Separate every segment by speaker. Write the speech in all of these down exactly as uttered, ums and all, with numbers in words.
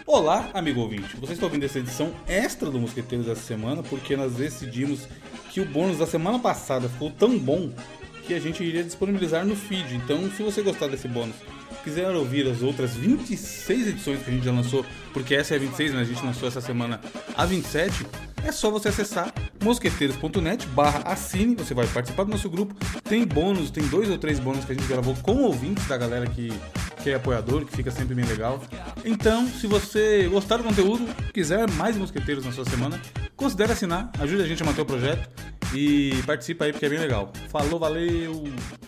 Speaker 1: Olá, amigo ouvinte. Vocês estão ouvindo essa edição extra do Mosqueteiros dessa semana porque nós decidimos que o bônus da semana passada ficou tão bom que a gente iria disponibilizar no feed. Então, se você gostar desse bônus, quiser ouvir as outras vinte e seis edições que a gente já lançou, porque essa é a vinte e seis, né? A gente lançou essa semana a vinte e sete, é só você acessar mosqueteiros ponto net barra assine, você vai participar do nosso grupo, tem bônus, tem dois ou três bônus que a gente gravou com ouvintes da galera que, que é apoiador, que fica sempre bem legal. Então, se você gostar do conteúdo, quiser mais mosqueteiros na sua semana, considere assinar, ajude a gente a manter o projeto e participa aí porque é bem legal. Falou, valeu!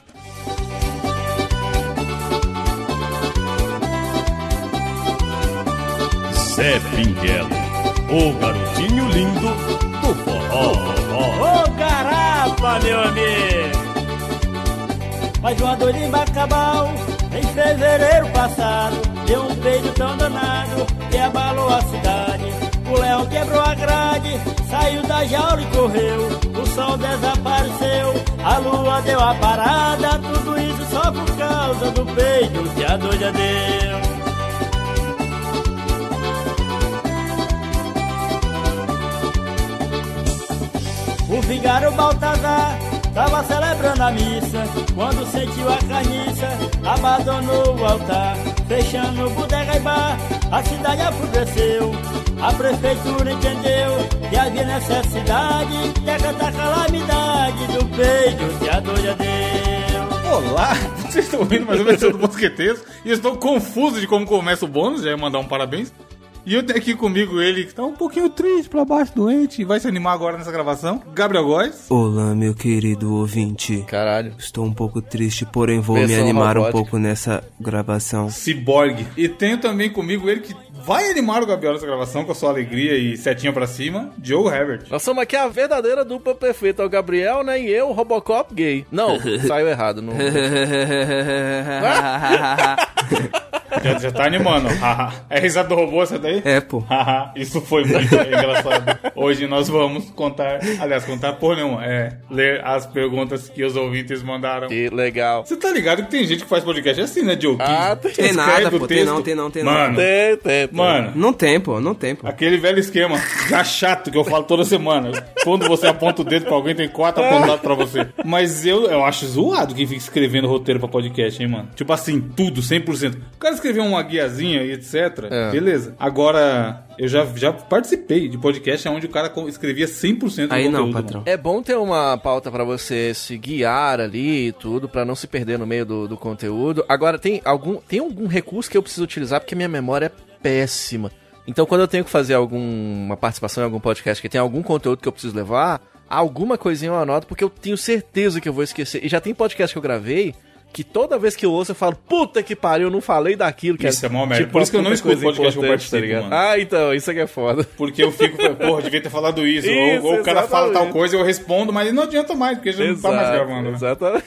Speaker 2: Zé Pinguelo, o garotinho lindo do forró.
Speaker 3: Ô garapa, meu amigo! Mais uma dor em Bacabal, em fevereiro passado, deu um peido tão danado que abalou a cidade. O leão quebrou a grade, saiu da jaula e correu. O sol desapareceu, a lua deu a parada. Tudo isso só por causa do peido que a doida deu. O vigário Baltazar tava celebrando a missa, quando sentiu a carniça, abandonou o altar, fechando bodega e bar, a cidade apodreceu. A prefeitura entendeu que havia necessidade de acatar a calamidade do peido que a doida deu.
Speaker 1: Olá, vocês estão ouvindo mais uma edição do Mosqueteiros e eu estou confuso de como começa o bônus, já ia mandar um parabéns. E eu tenho aqui comigo ele que tá um pouquinho triste, pra baixo, doente, e vai se animar agora nessa gravação, Gabriel Góes.
Speaker 4: Olá, meu querido ouvinte.
Speaker 5: Caralho.
Speaker 4: Estou um pouco triste, porém vou
Speaker 5: Versão
Speaker 4: me animar
Speaker 5: robótica.
Speaker 4: um pouco nessa gravação.
Speaker 1: Ciborgue. E tenho também comigo ele que vai animar o Gabriel nessa gravação com a sua alegria e setinha pra cima, Diogo Herbert.
Speaker 5: Nós somos aqui a verdadeira dupla perfeita. É o Gabriel, né? E eu, Robocop gay. Não, saiu errado. Não...
Speaker 1: Já, já tá animando. É risada do robô essa daí?
Speaker 4: É, pô.
Speaker 1: Isso foi muito engraçado. Hoje nós vamos contar, aliás, contar porra nenhuma, é ler as perguntas que os ouvintes mandaram.
Speaker 5: Que legal.
Speaker 1: Você tá ligado que tem gente que faz podcast assim, né, Diogo?
Speaker 5: Ah,
Speaker 1: que,
Speaker 5: tem.
Speaker 1: que
Speaker 4: Tem nada,
Speaker 1: escreve o
Speaker 4: pô. Tem
Speaker 1: texto.
Speaker 4: não, tem não, tem
Speaker 1: Mano,
Speaker 4: não.
Speaker 5: Tem, tem, tem.
Speaker 1: Mano,
Speaker 4: Não tem, pô. Não tem, pô.
Speaker 1: aquele velho esquema já chato que eu falo toda semana. Quando você aponta o dedo pra alguém, tem quatro apontados pra você. Mas eu, eu acho zoado quem fica escrevendo roteiro pra podcast, hein, mano? Tipo assim, tudo, cem por cento. O cara escreveu uma guiazinha e etcétera.
Speaker 5: É.
Speaker 1: Beleza. Agora, eu já, já participei de podcast onde o cara escrevia cem por cento do
Speaker 4: Aí
Speaker 1: conteúdo.
Speaker 4: não, patrão.
Speaker 1: Mano.
Speaker 5: É bom ter uma pauta pra você se guiar ali e tudo, pra não se perder no meio do, do conteúdo. Agora, tem algum, tem algum recurso que eu preciso utilizar porque minha memória é péssima. Então, quando eu tenho que fazer alguma participação em algum podcast que tem algum conteúdo que eu preciso levar, alguma coisinha eu anoto porque eu tenho certeza que eu vou esquecer. E já tem podcast que eu gravei que toda vez que eu ouço eu falo, puta que pariu, eu não falei daquilo. Que
Speaker 1: Isso é mó merda. Por isso que eu não escuto podcast que eu participo, mano.
Speaker 5: Ah, então, isso aqui é foda.
Speaker 1: Porque eu fico, porra, devia ter falado isso.
Speaker 5: Isso,
Speaker 1: ou, ou o cara fala tal
Speaker 5: exatamente.
Speaker 1: coisa, eu respondo, mas não adianta mais, porque já não tá mais gravando, né?
Speaker 5: Exatamente.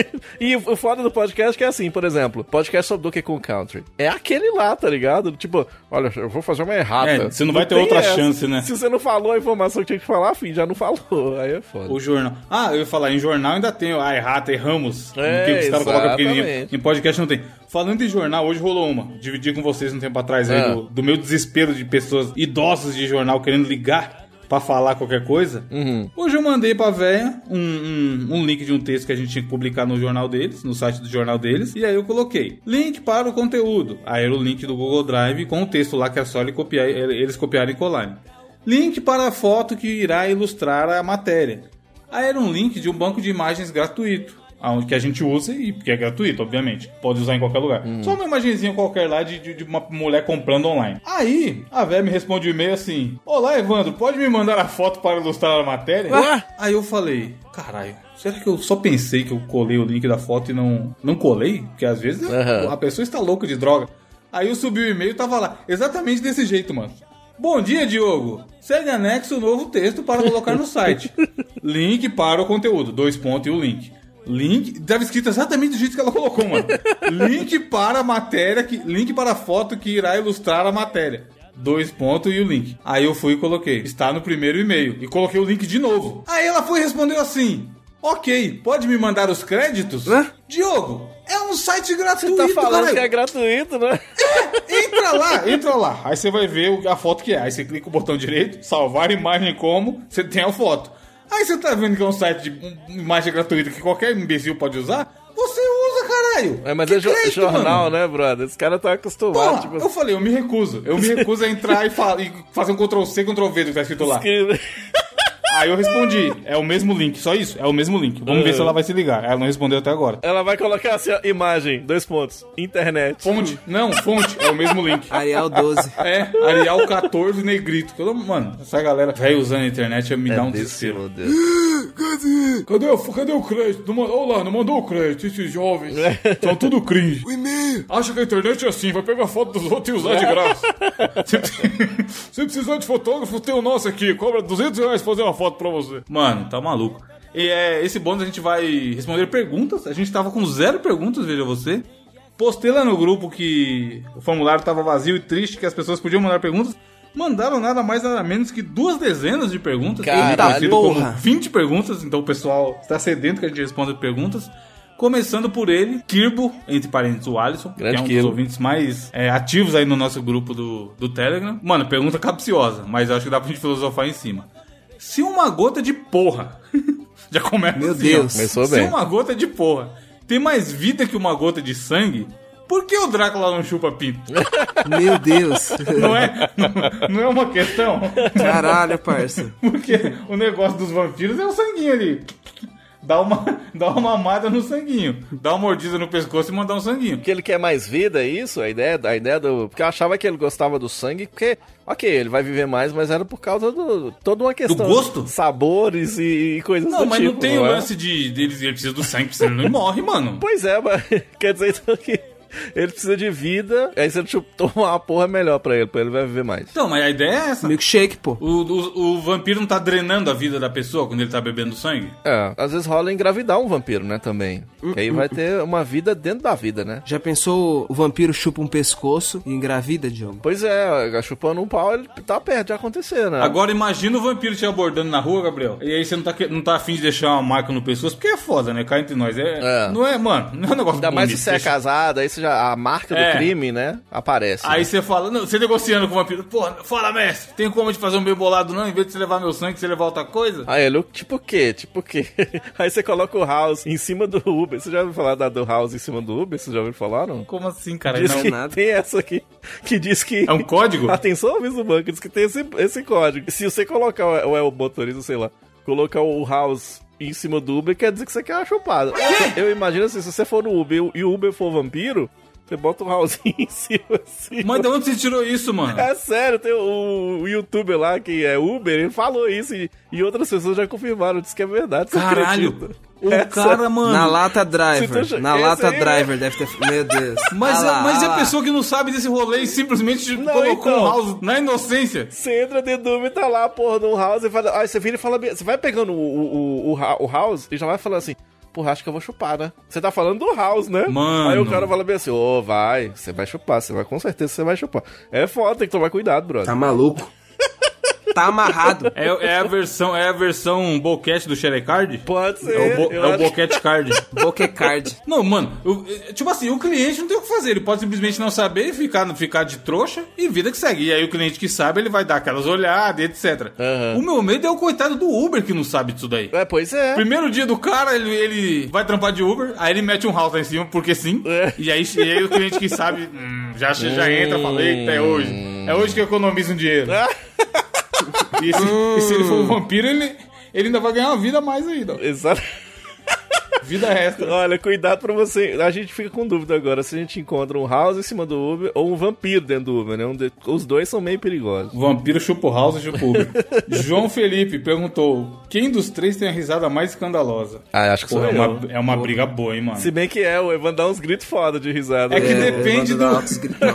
Speaker 5: E o foda do podcast que é assim, por exemplo, podcast sobre Donkey Kong Country. É aquele lá, tá ligado? Tipo, olha, eu vou fazer uma errata.
Speaker 1: É, você não vai ter
Speaker 5: tem
Speaker 1: outra
Speaker 5: essa.
Speaker 1: chance, né?
Speaker 5: Se você não falou a informação que tinha que falar, filho, já não falou. Aí é foda.
Speaker 1: O jornal. Ah, eu ia falar, em jornal ainda tem a errata, erramos.
Speaker 5: É,
Speaker 1: que os caras colocam pequenininho.
Speaker 5: exatamente.
Speaker 1: Em podcast não tem. Falando em jornal, hoje rolou uma. Dividi com vocês um tempo atrás aí
Speaker 5: Ah.
Speaker 1: do, do meu desespero de pessoas idosas de jornal querendo ligar pra falar qualquer coisa.
Speaker 5: Uhum.
Speaker 1: Hoje eu mandei pra véia um, um, um link de um texto que a gente tinha que publicar no jornal deles, no site do jornal deles, e aí eu coloquei link para o conteúdo. Aí era o link do Google Drive com o texto lá que é só ele copiar, eles copiarem e colarem. Link para a foto que irá ilustrar a matéria. Aí era um link de um banco de imagens gratuito, aonde que a gente usa e que é gratuito, obviamente. Pode usar em qualquer lugar. Hum. Só uma imagenzinha qualquer lá de, de, de uma mulher comprando online. Aí, a véia me responde o e-mail assim: olá, Evandro, pode me mandar a foto para ilustrar a matéria?
Speaker 5: Ué?
Speaker 1: Aí eu falei, caralho, será que eu só pensei que eu colei o link da foto e não, não colei? Porque às vezes
Speaker 5: Uhum.
Speaker 1: a pessoa está louca de droga. Aí eu subi o e-mail e tava lá, exatamente desse jeito, mano. Bom dia, Diogo. Segue anexo o novo texto para colocar no site. Link para o conteúdo. Dois pontos e o link. Link, estava escrito exatamente do jeito que ela colocou, mano. Link para a matéria, que, link para a foto que irá ilustrar a matéria. Dois pontos e o link. Aí eu fui e coloquei, está no primeiro e-mail. E coloquei o link de novo. Aí ela foi e respondeu assim: ok, pode me mandar os créditos?
Speaker 4: Hã?
Speaker 1: Diogo, É um site gratuito,
Speaker 5: Você tá falando
Speaker 1: caralho.
Speaker 5: que é gratuito, né?
Speaker 1: Entra lá, entra lá. Aí você vai ver o- a foto que é. Aí você clica o botão direito, salvar imagem como, você tem a foto. Aí você tá vendo que é um site de um- imagem gratuita que qualquer imbecil pode usar, você usa, caralho.
Speaker 5: É, mas
Speaker 1: Que
Speaker 5: é jo-
Speaker 1: crédito,
Speaker 5: jornal,
Speaker 1: mano?
Speaker 5: né, brother? Os caras estão acostumados,
Speaker 1: Porra,
Speaker 5: tipo
Speaker 1: eu falei, eu me recuso. Eu me recuso a entrar e, fa- e fazer um control C, control V do que tá escrito lá.
Speaker 5: assim.
Speaker 1: Aí eu respondi, é o mesmo link, só isso, é o mesmo link. Vamos ver se ela vai se ligar. Ela não respondeu até agora.
Speaker 5: Ela vai colocar assim, ó, imagem, dois pontos, internet.
Speaker 1: Fonte, não, fonte, é o mesmo link.
Speaker 4: Arial doze.
Speaker 1: É, Arial quatorze Negrito. Todo- Mano, essa galera velho usando a internet me dá um
Speaker 5: Desse,
Speaker 1: desespero.
Speaker 5: meu Deus.
Speaker 1: Cadê? Cadê o, cadê o crédito? Não, mandou- olha lá, não mandou o crédito. Esses jovens são tudo cringe. O e-mail. Acha que a internet é assim, vai pegar foto dos outros e usar de graça. Se, se precisar de fotógrafo, tem o nosso aqui. Cobra duzentos reais pra fazer uma foto pra você. Mano, tá maluco. E é, esse bônus a gente vai responder perguntas. A gente tava com zero perguntas, veja você. Postei lá no grupo que o formulário tava vazio e triste, que as pessoas podiam mandar perguntas. Mandaram nada mais nada menos que duas dezenas de perguntas.
Speaker 5: Caralho,
Speaker 1: Conhecido como
Speaker 4: porra.
Speaker 1: vinte perguntas, então o pessoal está sedento que a gente responda perguntas. Começando por ele, Kirbo, entre parênteses o Alisson,
Speaker 5: Grande
Speaker 1: que é um
Speaker 5: Kirbo.
Speaker 1: dos ouvintes mais é, ativos aí no nosso grupo do, do Telegram. Mano, pergunta capciosa, mas eu acho que dá pra gente filosofar em cima. Se uma gota de porra, já começa
Speaker 4: Meu
Speaker 1: assim,
Speaker 4: Deus.
Speaker 1: ó.
Speaker 5: Começou
Speaker 1: Se
Speaker 5: bem.
Speaker 1: uma gota de porra tem mais vida que uma gota de sangue, por que o Drácula não chupa pinto?
Speaker 4: Meu Deus.
Speaker 1: Não é, não é uma questão?
Speaker 4: Caralho, parça.
Speaker 1: Porque o negócio dos vampiros é o sanguinho ali. Dá uma, dá uma mamada no sanguinho. Dá uma mordida no pescoço e mandar um sanguinho.
Speaker 5: Porque ele quer mais vida, é isso? A ideia, a ideia do... Porque eu achava que ele gostava do sangue, porque... Ok, ele vai viver mais, mas era por causa do... Toda uma questão...
Speaker 1: gosto?
Speaker 5: Sabores e, e coisas
Speaker 1: Não,
Speaker 5: do
Speaker 1: mas
Speaker 5: tipo.
Speaker 1: não tem o
Speaker 5: é?
Speaker 1: lance de, de ele, ele precisa do sangue, senão ele não morre, mano.
Speaker 5: Pois é, mas quer dizer então que ele precisa de vida, aí se ele chup- tomar uma porra é melhor pra ele, pra ele vai viver mais.
Speaker 1: Então, mas a ideia é essa.
Speaker 4: Milkshake, pô.
Speaker 1: O, o, o vampiro não tá drenando a vida da pessoa quando ele tá bebendo sangue?
Speaker 5: É, às vezes rola engravidar um vampiro, né, também. Que aí vai ter uma vida dentro da vida, né?
Speaker 4: Já pensou o vampiro chupa um pescoço e engravida, Diogo?
Speaker 5: Pois é, chupando um pau, ele tá perto de acontecer, né?
Speaker 1: Agora imagina o vampiro te abordando na rua, Gabriel. E aí você não tá, que- não tá afim de deixar uma marca no pescoço, porque é foda, né? Cá entre nós. É,
Speaker 5: É.
Speaker 1: Não é, mano, não é um negócio
Speaker 5: Ainda mais se
Speaker 1: bonito.
Speaker 5: você é
Speaker 1: Deixa-
Speaker 5: casado, aí você já, a marca do
Speaker 1: É.
Speaker 5: crime, né, aparece.
Speaker 1: Aí
Speaker 5: né?
Speaker 1: você fala, não, você negociando com o vampiro, porra, fala, mestre, tem como de fazer um bem bolado não? Em vez de você levar meu sangue, você levar outra coisa?
Speaker 5: Aí ele, tipo o quê? Tipo o quê? Aí você coloca o House em cima do Uber. Você já ouviu falar da do House em cima do Uber? Você já ouviu falar, não?
Speaker 1: Como assim, cara?
Speaker 5: Diz
Speaker 1: Não,
Speaker 5: que
Speaker 4: nada.
Speaker 5: tem essa aqui, que diz que...
Speaker 1: É um código?
Speaker 5: Atenção, aviso do banco, diz que tem esse, esse código. Se você colocar, ou é o motorista, sei lá, colocar o House em cima do Uber, quer dizer que você quer uma chupada. Eu imagino assim, se você for no Uber e o Uber for vampiro, você bota o House em cima assim.
Speaker 1: Mas de onde você tirou isso, mano?
Speaker 5: É sério, tem o, o youtuber lá que é Uber, ele falou isso e, e outras pessoas já confirmaram, disse que é verdade. Você
Speaker 1: Caralho!
Speaker 5: acredita?
Speaker 1: O
Speaker 5: É
Speaker 1: cara,
Speaker 5: sério.
Speaker 1: mano...
Speaker 4: Na lata driver.
Speaker 5: Você tá-
Speaker 4: Na
Speaker 5: esse
Speaker 4: lata
Speaker 5: aí,
Speaker 4: driver deve ter. Meu Deus.
Speaker 1: Mas,
Speaker 4: Ah lá,
Speaker 1: é, mas
Speaker 4: ah
Speaker 1: e a
Speaker 4: lá.
Speaker 1: pessoa que não sabe desse rolê e simplesmente
Speaker 5: Não,
Speaker 1: colocou
Speaker 5: então.
Speaker 1: um house na inocência?
Speaker 5: Você entra dentro do Uber, tá lá, porra, no House, e fala, aí você vira e fala, bem- você vai pegando o, o, o, o House e já vai falando assim, porra, acho que eu vou chupar, né? Você tá falando do House, né?
Speaker 1: Mano.
Speaker 5: Aí o cara fala bem assim, ô, vai, você vai chupar, você vai, com certeza você vai chupar. É foda, tem que tomar cuidado, brother.
Speaker 4: Tá maluco? Tá amarrado.
Speaker 1: É, é a versão, é a versão boquete do Xerecard?
Speaker 5: Pode ser.
Speaker 1: É o, bo,
Speaker 5: eu
Speaker 1: é o
Speaker 5: acho-
Speaker 1: boquete card.
Speaker 4: Bokecard.
Speaker 1: Não, mano, eu- eu- tipo assim, o cliente não tem o que fazer. Ele pode simplesmente não saber e ficar, ficar de trouxa e vida que segue. E aí o cliente que sabe, ele vai dar aquelas olhadas, etcétera.
Speaker 5: Aham.
Speaker 1: O meu medo é o coitado do Uber que não sabe disso daí.
Speaker 5: É, pois é.
Speaker 1: Primeiro dia do cara, ele, ele vai trampar de Uber, aí ele mete um house lá em cima, porque sim.
Speaker 5: É.
Speaker 1: E, aí, e aí o cliente que sabe, hum, já, já entra e fala, eita, é hoje. É hoje que eu economizo um dinheiro. E se, e se ele for um vampiro, ele, ele ainda vai ganhar uma vida a mais ainda. ó.
Speaker 5: Exato.
Speaker 1: Vida extra.
Speaker 5: Olha, cuidado pra você. A gente fica com dúvida agora se a gente encontra um House em cima do Uber ou um vampiro dentro do Uber, né? Um de- Os dois são meio perigosos.
Speaker 1: Vampiro chupa o house e chupa o Uber. João Felipe perguntou, quem dos três tem a risada mais escandalosa?
Speaker 5: Ah, acho que
Speaker 1: Porra, é
Speaker 5: sou eu.
Speaker 1: uma, é uma briga boa, hein, mano?
Speaker 5: Se bem que é, o Evan dá uns gritos foda de risada.
Speaker 1: É que
Speaker 5: né?
Speaker 1: depende
Speaker 4: eu
Speaker 1: do...
Speaker 4: vou dar altos gritão.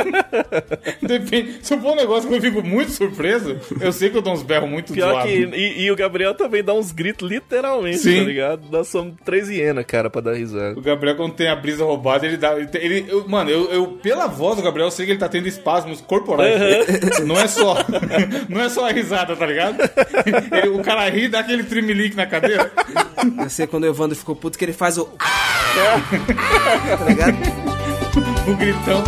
Speaker 1: Depende. Se for um negócio que eu fico muito surpreso, eu sei que eu dou uns berros muito
Speaker 5: Pior
Speaker 1: zoados.
Speaker 5: que. E, e o Gabriel também dá uns gritos literalmente,
Speaker 1: Sim.
Speaker 5: tá ligado? Nós somos três hienas, cara, pra dar risada.
Speaker 1: O Gabriel, quando tem a brisa roubada, ele dá. Ele, tem- ele- eu- mano, eu, eu, pela voz do Gabriel, eu sei que ele tá tendo espasmos corporais. Não é só. Não é só a risada, tá ligado? Ele- o cara ri e dá aquele trimelique na cadeira.
Speaker 4: Eu sei quando o Evandro ficou puto que ele faz o. Tá ligado?
Speaker 1: O gritão.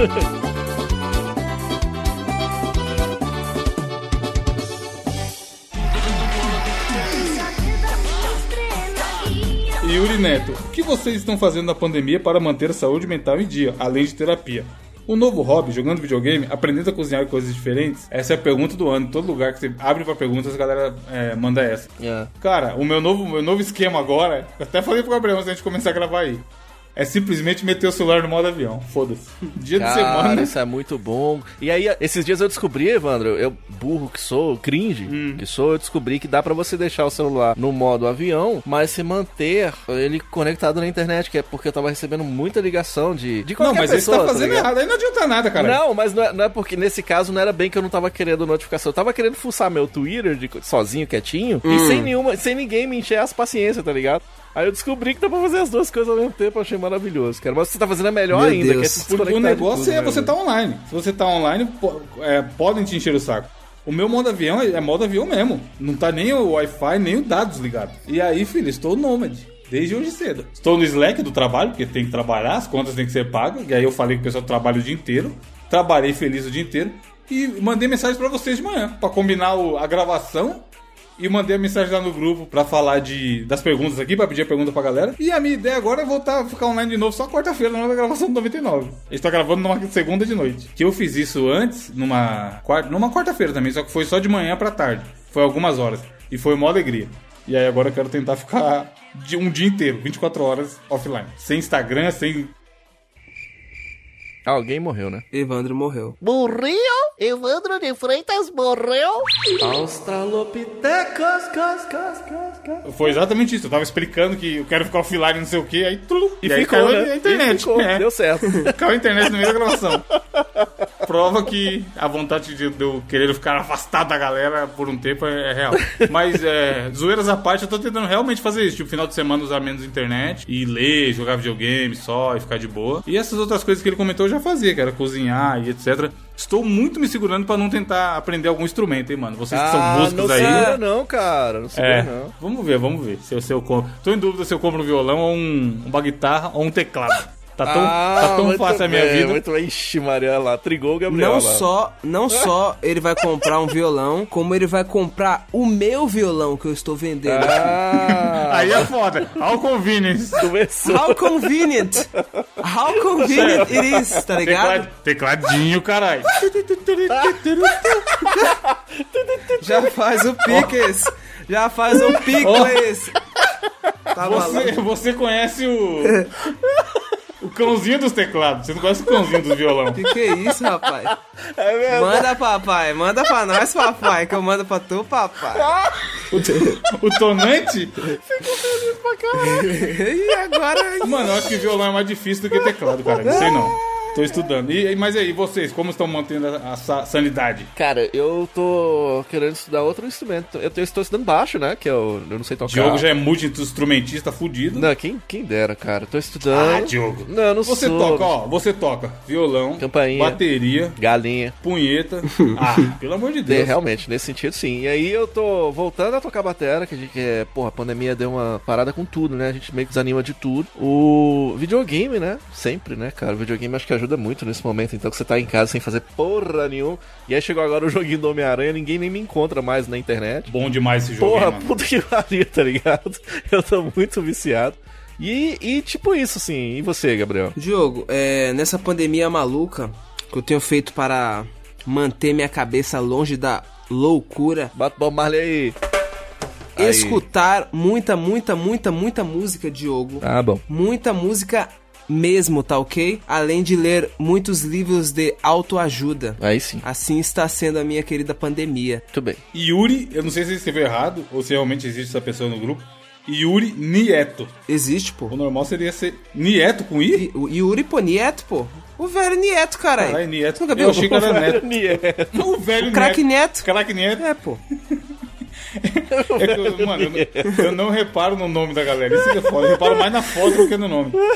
Speaker 1: Yuri Neto, o que vocês estão fazendo na pandemia para manter a saúde mental em dia, além de terapia? Um novo hobby, jogando videogame, aprendendo a cozinhar coisas diferentes? Essa é a pergunta do ano. Em todo lugar que você abre pra perguntas, a galera é, manda essa.
Speaker 5: Yeah.
Speaker 1: Cara, o meu novo, meu novo esquema agora, eu até falei pro Gabriel antes da gente começar a gravar aí, é simplesmente meter o celular no modo avião. Foda-se. Dia
Speaker 5: Cara,
Speaker 1: de semana.
Speaker 5: Isso é muito bom. E aí, esses dias eu descobri, Evandro, eu, burro que sou, cringe hum. que sou, eu descobri que dá pra você deixar o celular no modo avião, mas se manter ele conectado na internet, que é porque eu tava recebendo muita ligação de, de qualquer
Speaker 1: Não, mas
Speaker 5: pessoa,
Speaker 1: aí você tá fazendo
Speaker 5: tá
Speaker 1: errado. Aí não adianta nada, cara.
Speaker 5: Não, mas não é, não é porque nesse caso não era bem que eu não tava querendo notificação. Eu tava querendo fuçar meu Twitter de, sozinho, quietinho, hum. e sem nenhuma, sem ninguém me encher as paciências, tá ligado? Aí eu descobri que dá pra fazer as duas coisas ao mesmo tempo, eu achei maravilhoso, cara. Mas você tá fazendo é melhor
Speaker 4: Meu
Speaker 5: ainda,
Speaker 4: Deus.
Speaker 5: que é se desconectar
Speaker 1: O negócio
Speaker 5: de tudo,
Speaker 1: é
Speaker 5: né,
Speaker 1: você
Speaker 5: velho?
Speaker 1: tá online. Se você tá online, po- é, podem te encher o saco. O meu modo avião é, é modo avião mesmo. Não tá nem o Wi-Fi, nem o dados ligado. E aí, filho, estou nômade. Desde hoje cedo. Estou no Slack do trabalho, porque tem que trabalhar, as contas têm que ser pagas. E aí eu falei que o pessoal trabalha o dia inteiro. Trabalhei feliz o dia inteiro. E mandei mensagem pra vocês de manhã, pra combinar o- a gravação. E mandei a mensagem lá no grupo pra falar de, das perguntas aqui, pra pedir a pergunta pra galera. E a minha ideia agora é voltar a ficar online de novo só quarta-feira, na hora da gravação do noventa e nove. A gente tá gravando numa segunda de noite. Que eu fiz isso antes, numa, quarta, numa quarta-feira também, só que foi só de manhã pra tarde. Foi algumas horas. E foi uma alegria. E aí agora eu quero tentar ficar de um dia inteiro, vinte e quatro horas offline. Sem Instagram, sem...
Speaker 5: Alguém morreu, né?
Speaker 4: Evandro morreu.
Speaker 6: Morreu? Evandro de Freitas morreu?
Speaker 5: Australopithecus, cos, cos, cos, cos.
Speaker 1: Foi exatamente isso. Eu tava explicando que eu quero ficar offline, não sei o que, aí... Trum,
Speaker 5: E,
Speaker 1: e aí
Speaker 5: ficou,
Speaker 1: caiu
Speaker 5: né?
Speaker 1: a internet.
Speaker 5: E ficou,
Speaker 1: É.
Speaker 5: deu certo.
Speaker 1: Caiu a internet no meio da gravação. Prova que a vontade de eu querer ficar afastado da galera por um tempo é, é real. Mas, é, zoeiras à parte, eu tô tentando realmente fazer isso. Tipo, final de semana usar menos internet e ler, jogar videogame só e ficar de boa. E essas outras coisas que ele comentou eu já fazia, que era cozinhar e etcétera. Estou muito me segurando pra não tentar aprender algum instrumento, hein, mano. Vocês que são
Speaker 5: Ah,
Speaker 1: músicos
Speaker 5: não
Speaker 1: aí...
Speaker 5: segura não, cara. Não segura
Speaker 1: É,
Speaker 5: não.
Speaker 1: vamos ver, vamos ver. Se eu, se eu compro. Tô em dúvida se eu compro um violão ou um, uma guitarra ou um teclado. Tá tão,
Speaker 5: Ah,
Speaker 1: tá tão
Speaker 5: muito
Speaker 1: fácil a minha
Speaker 5: bem,
Speaker 1: vida.
Speaker 5: Muito bem. Ixi, Maria lá, trigou o Gabriel
Speaker 4: Não
Speaker 5: lá.
Speaker 4: só, não só ele vai comprar um violão, como ele vai comprar o meu violão que eu estou vendendo.
Speaker 5: Ah,
Speaker 1: Aí é foda. How convenience.
Speaker 5: começou.
Speaker 4: How convenient! How convenient it is, tá ligado?
Speaker 1: Teclad, tecladinho, caralho.
Speaker 4: Já faz o piques! Já faz o piques! Tá
Speaker 1: Você,
Speaker 4: maluco?
Speaker 1: você conhece o. O cãozinho dos teclados. Você não conhece o cãozinho dos violão.
Speaker 4: Que que é isso, rapaz?
Speaker 5: É mesmo.
Speaker 4: Manda, papai, manda pra nós, papai, que eu mando pra tu, papai.
Speaker 1: O tonante?
Speaker 4: E agora?
Speaker 1: Mano, eu acho que violão é mais difícil do que teclado, cara. Não sei não. Tô estudando. E, mas aí, vocês, como estão mantendo a, a sa- sanidade?
Speaker 5: Cara, eu tô querendo estudar outro instrumento. Eu, tô- eu estou estudando baixo, né? Que eu, eu não sei tocar.
Speaker 1: Diogo já é multi-instrumentista fudido.
Speaker 5: Não, quem, quem dera, cara. Tô estudando.
Speaker 1: Ah, Diogo.
Speaker 5: Não, eu não
Speaker 1: Você
Speaker 5: sou.
Speaker 1: toca, ó. Você toca violão,
Speaker 5: Campainha.
Speaker 1: bateria,
Speaker 5: Galinha.
Speaker 1: punheta. Ah, pelo amor de
Speaker 5: De-
Speaker 1: Deus.
Speaker 5: realmente, nesse sentido, sim. E aí eu tô voltando a tocar batera, que a gente, que é, porra, a pandemia deu uma parada com tudo, né? A gente meio que desanima de tudo. O videogame, né? Sempre, né, cara? O videogame acho que ajuda muito nesse momento, então que você tá em casa sem fazer porra nenhuma. E aí chegou agora o joguinho do Homem-Aranha, ninguém nem me encontra mais na internet.
Speaker 1: Bom demais esse jogo,
Speaker 5: Porra,
Speaker 1: hein, mano.
Speaker 5: puta que pariu, tá ligado? Eu tô muito viciado. E, e tipo isso, assim. E você, Gabriel?
Speaker 4: Diogo, é, nessa pandemia maluca que eu tenho feito para manter minha cabeça longe da loucura,
Speaker 5: Bota Bob Marley aí. Aí.
Speaker 4: escutar muita, muita, muita, muita música, Diogo.
Speaker 5: Ah, bom.
Speaker 4: Muita música mesmo, tá ok? Além de ler muitos livros de autoajuda.
Speaker 5: Aí sim.
Speaker 4: Assim está sendo a minha querida pandemia.
Speaker 5: Muito bem.
Speaker 1: Yuri, eu não sei se você escreveu errado ou se realmente existe essa pessoa no grupo. Yuri Nieto.
Speaker 4: Existe, pô.
Speaker 1: O normal seria ser Nieto com I?
Speaker 4: E- O Yuri, pô, Nieto, pô. O velho Nieto, caralho.
Speaker 1: Caralho, Nieto.
Speaker 4: Nunca viu?
Speaker 1: Eu achei que era Neto.
Speaker 5: Nieto.
Speaker 1: Não, o velho
Speaker 4: O craque
Speaker 1: Neto.
Speaker 4: Neto.
Speaker 1: Craque Neto.
Speaker 4: É, pô.
Speaker 1: É que eu, mano, eu não, eu não reparo no nome da galera. Isso que é foda. Eu reparo mais na foto do que no nome.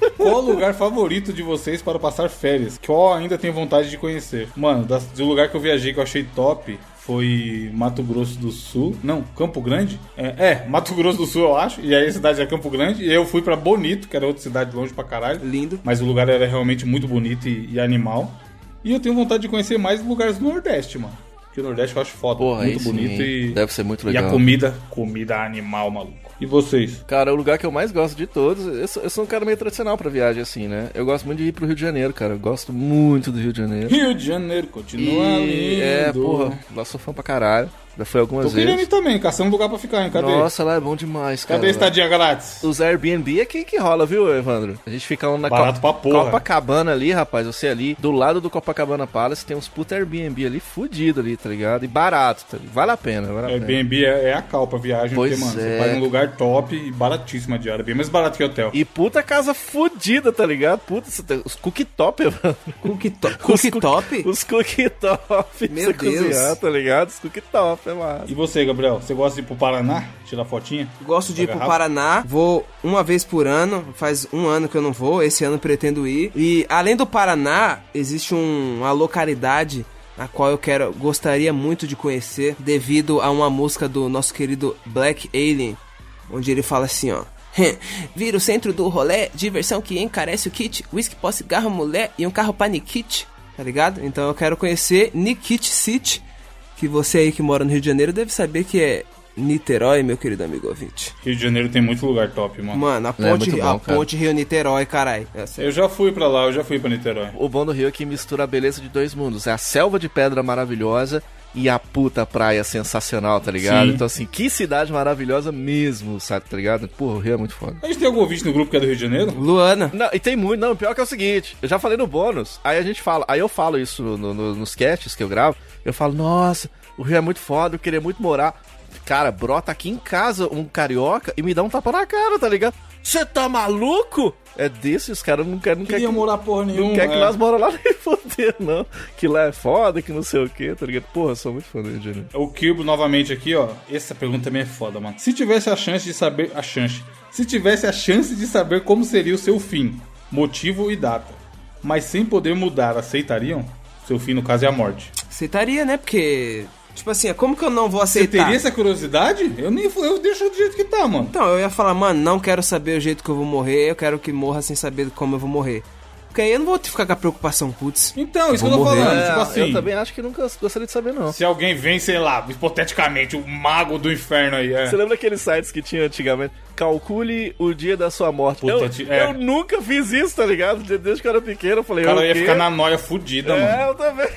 Speaker 1: Qual o lugar favorito de vocês para passar férias? Qual ainda tem vontade de conhecer? Mano, das, do lugar que eu viajei que eu achei top foi Mato Grosso do Sul. Não, Campo Grande? É, é, Mato Grosso do Sul, eu acho. E aí a cidade é Campo Grande. E eu fui pra Bonito, que era outra cidade longe pra caralho.
Speaker 4: Lindo.
Speaker 1: Mas o lugar era realmente muito bonito e, e animal. E eu tenho vontade de conhecer mais lugares do Nordeste, mano. Porque o Nordeste eu acho foda.
Speaker 5: Porra,
Speaker 1: muito
Speaker 5: aí
Speaker 1: bonito
Speaker 5: sim,
Speaker 1: e...
Speaker 5: deve ser muito
Speaker 1: E
Speaker 5: legal.
Speaker 1: a comida, comida animal, maluco. E vocês?
Speaker 5: Cara, o lugar que eu mais gosto de todos, eu sou, eu sou um cara meio tradicional pra viagem, assim, né? Eu gosto muito de ir pro Rio de Janeiro, cara. Eu gosto muito do Rio de Janeiro.
Speaker 1: Rio de Janeiro, continua
Speaker 5: E,
Speaker 1: lindo.
Speaker 5: é, porra, lá sou fã pra caralho. Já foi algumas
Speaker 1: Tô querendo ir
Speaker 5: vezes.
Speaker 1: também, caçando lugar pra ficar, hein? Cadê?
Speaker 5: Nossa, lá é bom demais, cara.
Speaker 1: Cadê a estadia grátis?
Speaker 5: Os Airbnb é que, que rola, viu, Evandro? A gente fica um na
Speaker 1: Barato pra porra.
Speaker 5: Copacabana ali, rapaz. Você ali, do lado do Copacabana Palace, tem uns puta Airbnb ali, fudido ali, tá ligado? E barato, tá ligado? Vale a pena, vale a pena.
Speaker 1: Airbnb é, é a cal pra viagem,
Speaker 5: Pois
Speaker 1: porque, mano,
Speaker 5: é.
Speaker 1: você paga um lugar top e baratíssima a diária, bem mais barato que hotel.
Speaker 5: E puta casa fudida, tá ligado? Puta, você tem- os cooktop, Evandro.
Speaker 4: Cooktop?
Speaker 5: Os
Speaker 4: Cooktop?
Speaker 5: Os cooktop.
Speaker 4: Meu
Speaker 5: pra você
Speaker 4: Deus.
Speaker 5: cozinhar, tá ligado? Os cooktop, é massa.
Speaker 1: E você, Gabriel? Você gosta de ir pro Paraná? Tirar fotinha?
Speaker 4: Gosto de ir
Speaker 1: Da
Speaker 4: pro
Speaker 1: garrafa?
Speaker 4: Paraná, vou uma vez por ano, faz um ano que eu não vou, esse ano pretendo ir. E além do Paraná, existe um- uma localidade a qual eu quero, gostaria muito de conhecer, devido a uma música do nosso querido Black Alien, onde ele fala assim, ó: vira o centro do rolê, diversão que encarece o kit, whisky, pó, cigarro, mulher e um carro pra Nikit, tá ligado? Então eu quero conhecer Nikit City, que você aí que mora no Rio de Janeiro deve saber que é Niterói, meu querido amigo ouvinte.
Speaker 1: Rio de Janeiro tem muito lugar top, mano.
Speaker 4: Mano, a
Speaker 5: É
Speaker 4: ponte,
Speaker 5: muito bom,
Speaker 4: a
Speaker 5: cara.
Speaker 4: ponte Rio-Niterói, caralho. Essa é-
Speaker 1: Eu já fui pra lá, eu já fui pra Niterói.
Speaker 5: O bom do Rio é que mistura a beleza de dois mundos. É a selva de pedra maravilhosa e a puta praia sensacional, tá ligado?
Speaker 1: Sim.
Speaker 5: Então, assim, que cidade maravilhosa mesmo, sabe, tá ligado? Porra, o Rio é muito foda.
Speaker 1: A gente tem algum ouvinte no grupo que é do Rio de Janeiro?
Speaker 4: Luana.
Speaker 5: Não, e tem muito, não, o pior que é o seguinte, eu já falei no bônus, aí a gente fala, aí eu falo isso no- no- nos casts que eu gravo, eu falo, nossa, o Rio é muito foda, eu queria muito morar. Cara, brota aqui em casa um carioca e me dá um tapa na cara, tá ligado? Você tá maluco? É desse, os caras não querem, não quer
Speaker 1: Queria
Speaker 5: que,
Speaker 1: morar porra nenhuma.
Speaker 5: não quer que
Speaker 1: é.
Speaker 5: nós mora lá nem foder, não. Que lá é foda, que não sei o que, tá ligado? Porra, eu sou muito fã do Rio de Janeiro.
Speaker 1: O Kirby novamente aqui, ó. Essa pergunta também é foda, mano. Se tivesse a chance de saber... A chance. Se tivesse a chance de saber como seria o seu fim, motivo e data, mas sem poder mudar, aceitariam? Seu fim, no caso, é a morte.
Speaker 4: Aceitaria, né? Porque, tipo assim, como que eu não vou
Speaker 1: Você
Speaker 4: aceitar?
Speaker 1: teria essa curiosidade? Eu nem eu deixo do jeito que tá, mano.
Speaker 4: Então, eu ia falar, mano, não quero saber o jeito que eu vou morrer, eu quero que morra sem saber como eu vou morrer. Porque aí eu não vou ficar com a preocupação, putz.
Speaker 1: Então, isso que eu
Speaker 4: Vou
Speaker 1: tô
Speaker 4: morrer.
Speaker 1: falando.
Speaker 5: É,
Speaker 1: tipo assim,
Speaker 5: eu também acho que nunca gostaria de saber, não.
Speaker 1: se alguém vem, sei lá, hipoteticamente, o mago do inferno aí, é.
Speaker 5: Você lembra aqueles sites que tinha antigamente? Calcule o dia da sua morte.
Speaker 1: Puta,
Speaker 5: eu,
Speaker 1: ti- é.
Speaker 5: eu nunca fiz isso, tá ligado? Desde que eu era pequeno, eu falei,
Speaker 1: O cara
Speaker 5: eu
Speaker 1: ia
Speaker 5: quê?
Speaker 1: ficar na noia fudida, mano.
Speaker 5: É, eu também.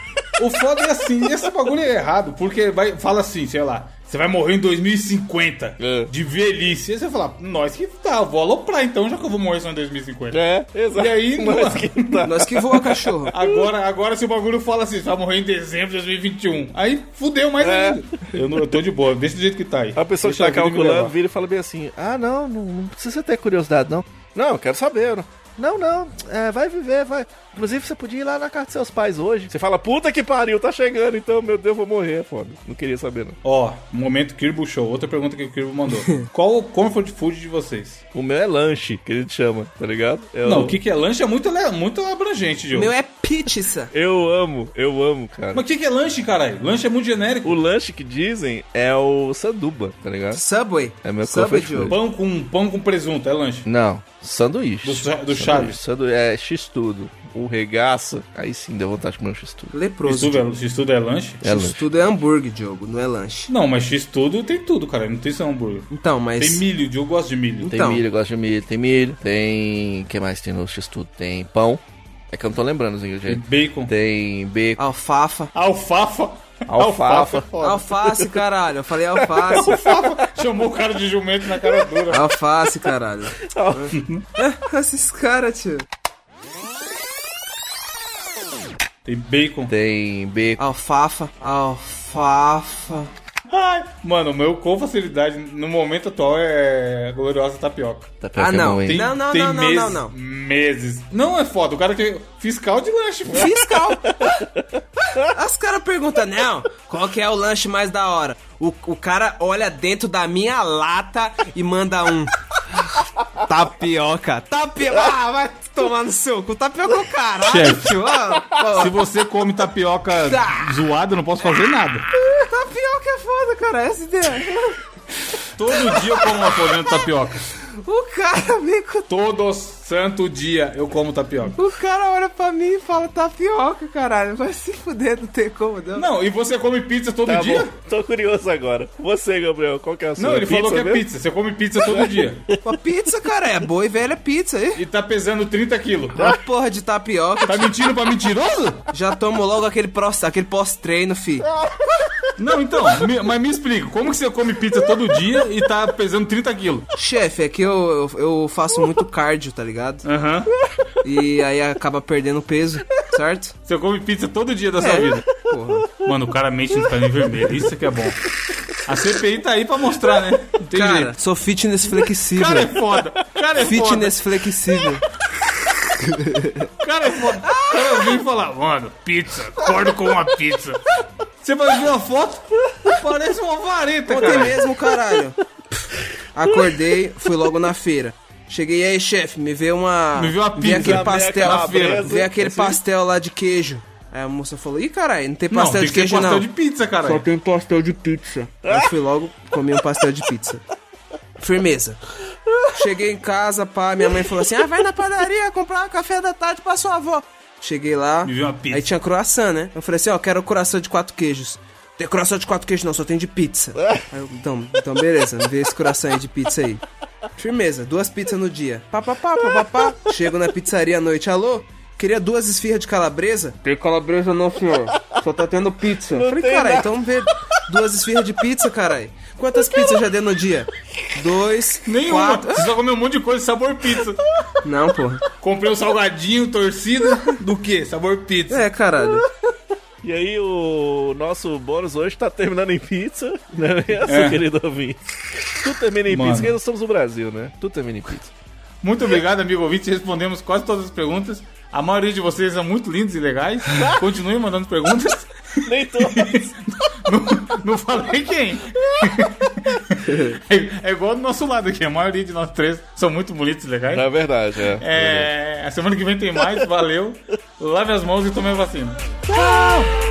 Speaker 1: O foda é assim, esse bagulho é errado, porque vai, fala assim, sei lá, você vai morrer em dois mil e cinquenta,
Speaker 5: É.
Speaker 1: de velhice. Aí você fala, nós que tá, eu vou aloprar então, já que eu vou morrer só em dois mil e cinquenta.
Speaker 5: É, exato.
Speaker 1: E aí,
Speaker 5: Mas
Speaker 1: mano?
Speaker 5: que tá.
Speaker 4: Nós que voa, cachorro.
Speaker 1: Agora, agora se o bagulho fala assim, você vai morrer em dezembro de dois mil e vinte e um, aí fudeu mais
Speaker 5: É.
Speaker 1: ainda. Eu, não, eu tô de boa, deixa do jeito que tá aí.
Speaker 5: A pessoa
Speaker 1: Deixa
Speaker 5: que tá
Speaker 1: a vida me
Speaker 5: calculando
Speaker 1: levar.
Speaker 5: vira e fala bem assim: ah, não, não, não precisa ter curiosidade, não. Não, eu quero saber. Não, não, não é, vai viver, vai. Inclusive, você podia ir lá na casa dos seus pais hoje. Você fala, puta que pariu, tá chegando, então, meu Deus, vou morrer, é foda. Não queria saber, não.
Speaker 1: Ó, momento Kirby Show, outra pergunta que o Kirby mandou. Qual o comfort food de vocês?
Speaker 5: O meu é lanche, que a gente chama, tá ligado? Eu,
Speaker 1: Não, o que que é lanche é muito, le- muito abrangente,
Speaker 4: O
Speaker 1: Diogo.
Speaker 4: meu é pizza.
Speaker 5: Eu amo, eu amo, cara.
Speaker 1: Mas o que que é lanche, caralho? Lanche é muito genérico.
Speaker 5: O lanche que dizem é o sanduba, tá ligado?
Speaker 4: Subway.
Speaker 5: É meu
Speaker 4: Subway,
Speaker 5: comfort
Speaker 4: Diogo.
Speaker 1: Pão com, pão com presunto, é lanche.
Speaker 5: Não, sanduíche.
Speaker 1: Do Cha- do
Speaker 5: Sanduíche,
Speaker 1: Chaves.
Speaker 5: sandu- É x-tudo. O regaço, aí sim deu vontade de comer um x-tudo.
Speaker 4: Leproso.
Speaker 1: X-tudo
Speaker 4: Diogo.
Speaker 1: é, X-tudo é lanche?
Speaker 5: É
Speaker 4: Isso
Speaker 5: lanche.
Speaker 4: tudo é hambúrguer, Diogo, não é lanche.
Speaker 1: Não, mas X-tudo tem tudo, cara. Não tem só hambúrguer.
Speaker 4: Então, mas...
Speaker 1: Tem milho, eu gosto de milho.
Speaker 5: Tem
Speaker 4: Então.
Speaker 5: milho, eu gosto de milho. Tem milho, tem... O que mais tem no x-tudo? Tem pão. É que eu não tô lembrando os
Speaker 1: Tem
Speaker 5: ingredientes.
Speaker 1: bacon.
Speaker 5: Tem bacon.
Speaker 4: Alfafa.
Speaker 1: Alfafa.
Speaker 5: Alfafa.
Speaker 1: é foda.
Speaker 4: Alface, caralho. Eu falei alface.
Speaker 1: Alfafa. Chamou o cara de jumento na cara dura.
Speaker 4: Alface, caralho. Esses caras, tio.
Speaker 1: Tem bacon.
Speaker 5: Tem bacon.
Speaker 4: Alfafa. Alfafa.
Speaker 1: Ai, mano, o meu com facilidade no momento atual é a gloriosa tapioca.
Speaker 5: Tapioca
Speaker 4: Ah,
Speaker 5: é
Speaker 4: não.
Speaker 5: bom, hein?
Speaker 1: Tem,
Speaker 4: Não, não,
Speaker 1: tem
Speaker 4: não, não,
Speaker 1: meses,
Speaker 4: não, não.
Speaker 1: meses. Não é foda, o cara que fiscal de lanche, pô.
Speaker 4: Fiscal. As caras perguntam, não, qual que é o lanche mais da hora? O, o cara olha dentro da minha lata e manda um... Tapioca. Tapioca. Ah, vai tomar no seu cu. Tapioca é o caralho,
Speaker 1: Chefe,
Speaker 4: tio. Ah, pô.
Speaker 1: se você come tapioca
Speaker 4: Tá.
Speaker 1: zoada, eu não posso fazer nada.
Speaker 4: Tapioca é foda, cara. Essa ideia.
Speaker 1: Todo dia eu como uma folhinha de tapioca.
Speaker 4: O cara vem com...
Speaker 1: Todo santo dia eu como tapioca.
Speaker 4: O cara olha pra mim e fala tapioca, caralho. Vai se fuder, não tem como, não.
Speaker 1: Não, e você come pizza todo
Speaker 5: Tá
Speaker 1: dia?
Speaker 5: bom, tô curioso agora. Você, Gabriel, qual que é a sua?
Speaker 1: Não, ele falou que é
Speaker 5: mesmo?
Speaker 1: pizza. Você come pizza todo dia.
Speaker 4: Uma pizza, cara, é boa e velha pizza aí.
Speaker 1: E tá pesando trinta quilos.
Speaker 4: Uma porra de tapioca.
Speaker 1: Tá mentindo pra mentiroso?
Speaker 4: Já tomo logo aquele, prós, aquele pós-treino, fi.
Speaker 1: Não, então, me- mas me explica, como que você come pizza todo dia e tá pesando trinta quilos?
Speaker 4: Chefe, é que eu, eu, eu faço muito cardio, tá ligado?
Speaker 1: Aham.
Speaker 4: E aí acaba perdendo peso, certo?
Speaker 1: Você come pizza todo dia da sua
Speaker 4: É.
Speaker 1: vida.
Speaker 4: Porra.
Speaker 1: Mano, o cara mente no caminho vermelho, isso que é bom. A C P I tá aí pra mostrar, né? Não tem
Speaker 4: Cara,
Speaker 1: jeito.
Speaker 4: sou fitness flexível.
Speaker 1: Cara é foda, cara é
Speaker 4: Fitness flexível.
Speaker 1: foda, cara é foda. O cara vem falar, mano, pizza, acordo com uma pizza. Você vai ver uma foto, parece uma vareta,
Speaker 4: Ontem
Speaker 1: cara.
Speaker 4: mesmo, caralho. Acordei, fui logo na feira. Cheguei aí, chefe, me vê uma...
Speaker 1: Me vê uma pizza
Speaker 4: aquele
Speaker 1: na
Speaker 4: pastel,
Speaker 1: minha feira.
Speaker 4: vê aquele
Speaker 1: Assim?
Speaker 4: pastel lá de queijo. Aí a moça falou, ih, caralho, não tem
Speaker 1: Não,
Speaker 4: pastel
Speaker 1: tem
Speaker 4: de
Speaker 1: que ter
Speaker 4: queijo
Speaker 1: pastel
Speaker 4: não.
Speaker 1: de pizza, cara.
Speaker 4: tem pastel de pizza. Aí eu fui logo, comi um pastel de pizza. Firmeza. Cheguei em casa, pá, minha mãe falou assim, ah, vai na padaria comprar um café da tarde pra sua avó. Cheguei lá,
Speaker 1: Me viu uma pizza.
Speaker 4: aí tinha croissant, né? Eu falei assim, ó, quero croissant de quatro queijos. Tem croissant de quatro queijos não, só tem de pizza. Aí eu, então, então beleza, me vê esse croissant aí de pizza aí. Firmeza, duas pizzas no dia. Pá, pá, pá, pá, pá, pá. Chego na pizzaria à noite, alô? Queria duas esfirras de calabresa? Tem calabresa não, senhor. Só tá tendo pizza. Falei, cara, então vê duas esfirras de pizza, caralho. Quantas pizzas eu já dei no dia? Dois,
Speaker 1: Nenhuma.
Speaker 4: quatro...
Speaker 1: Você só comeu um monte de coisa sabor pizza.
Speaker 4: Não, porra.
Speaker 1: Comprei um salgadinho, torcida. Do quê? Sabor pizza.
Speaker 4: É, caralho.
Speaker 5: E aí, o nosso bônus hoje tá terminando em pizza, né? Essa,
Speaker 1: É.
Speaker 5: querido ouvinte. Tudo termina em
Speaker 1: Mano.
Speaker 5: pizza, porque nós estamos no Brasil, né? Tudo termina em pizza.
Speaker 1: Muito obrigado, amigo ouvinte. Respondemos quase todas as perguntas. A maioria de vocês são muito lindos e legais. Continuem mandando perguntas.
Speaker 5: Nem todos.
Speaker 1: Não, não falei quem. É, é igual do nosso lado aqui. A maioria de nós três são muito bonitos e legais.
Speaker 5: É verdade, é.
Speaker 1: É, a semana que vem tem mais. Valeu. Lave as mãos e tome a vacina. Tchau!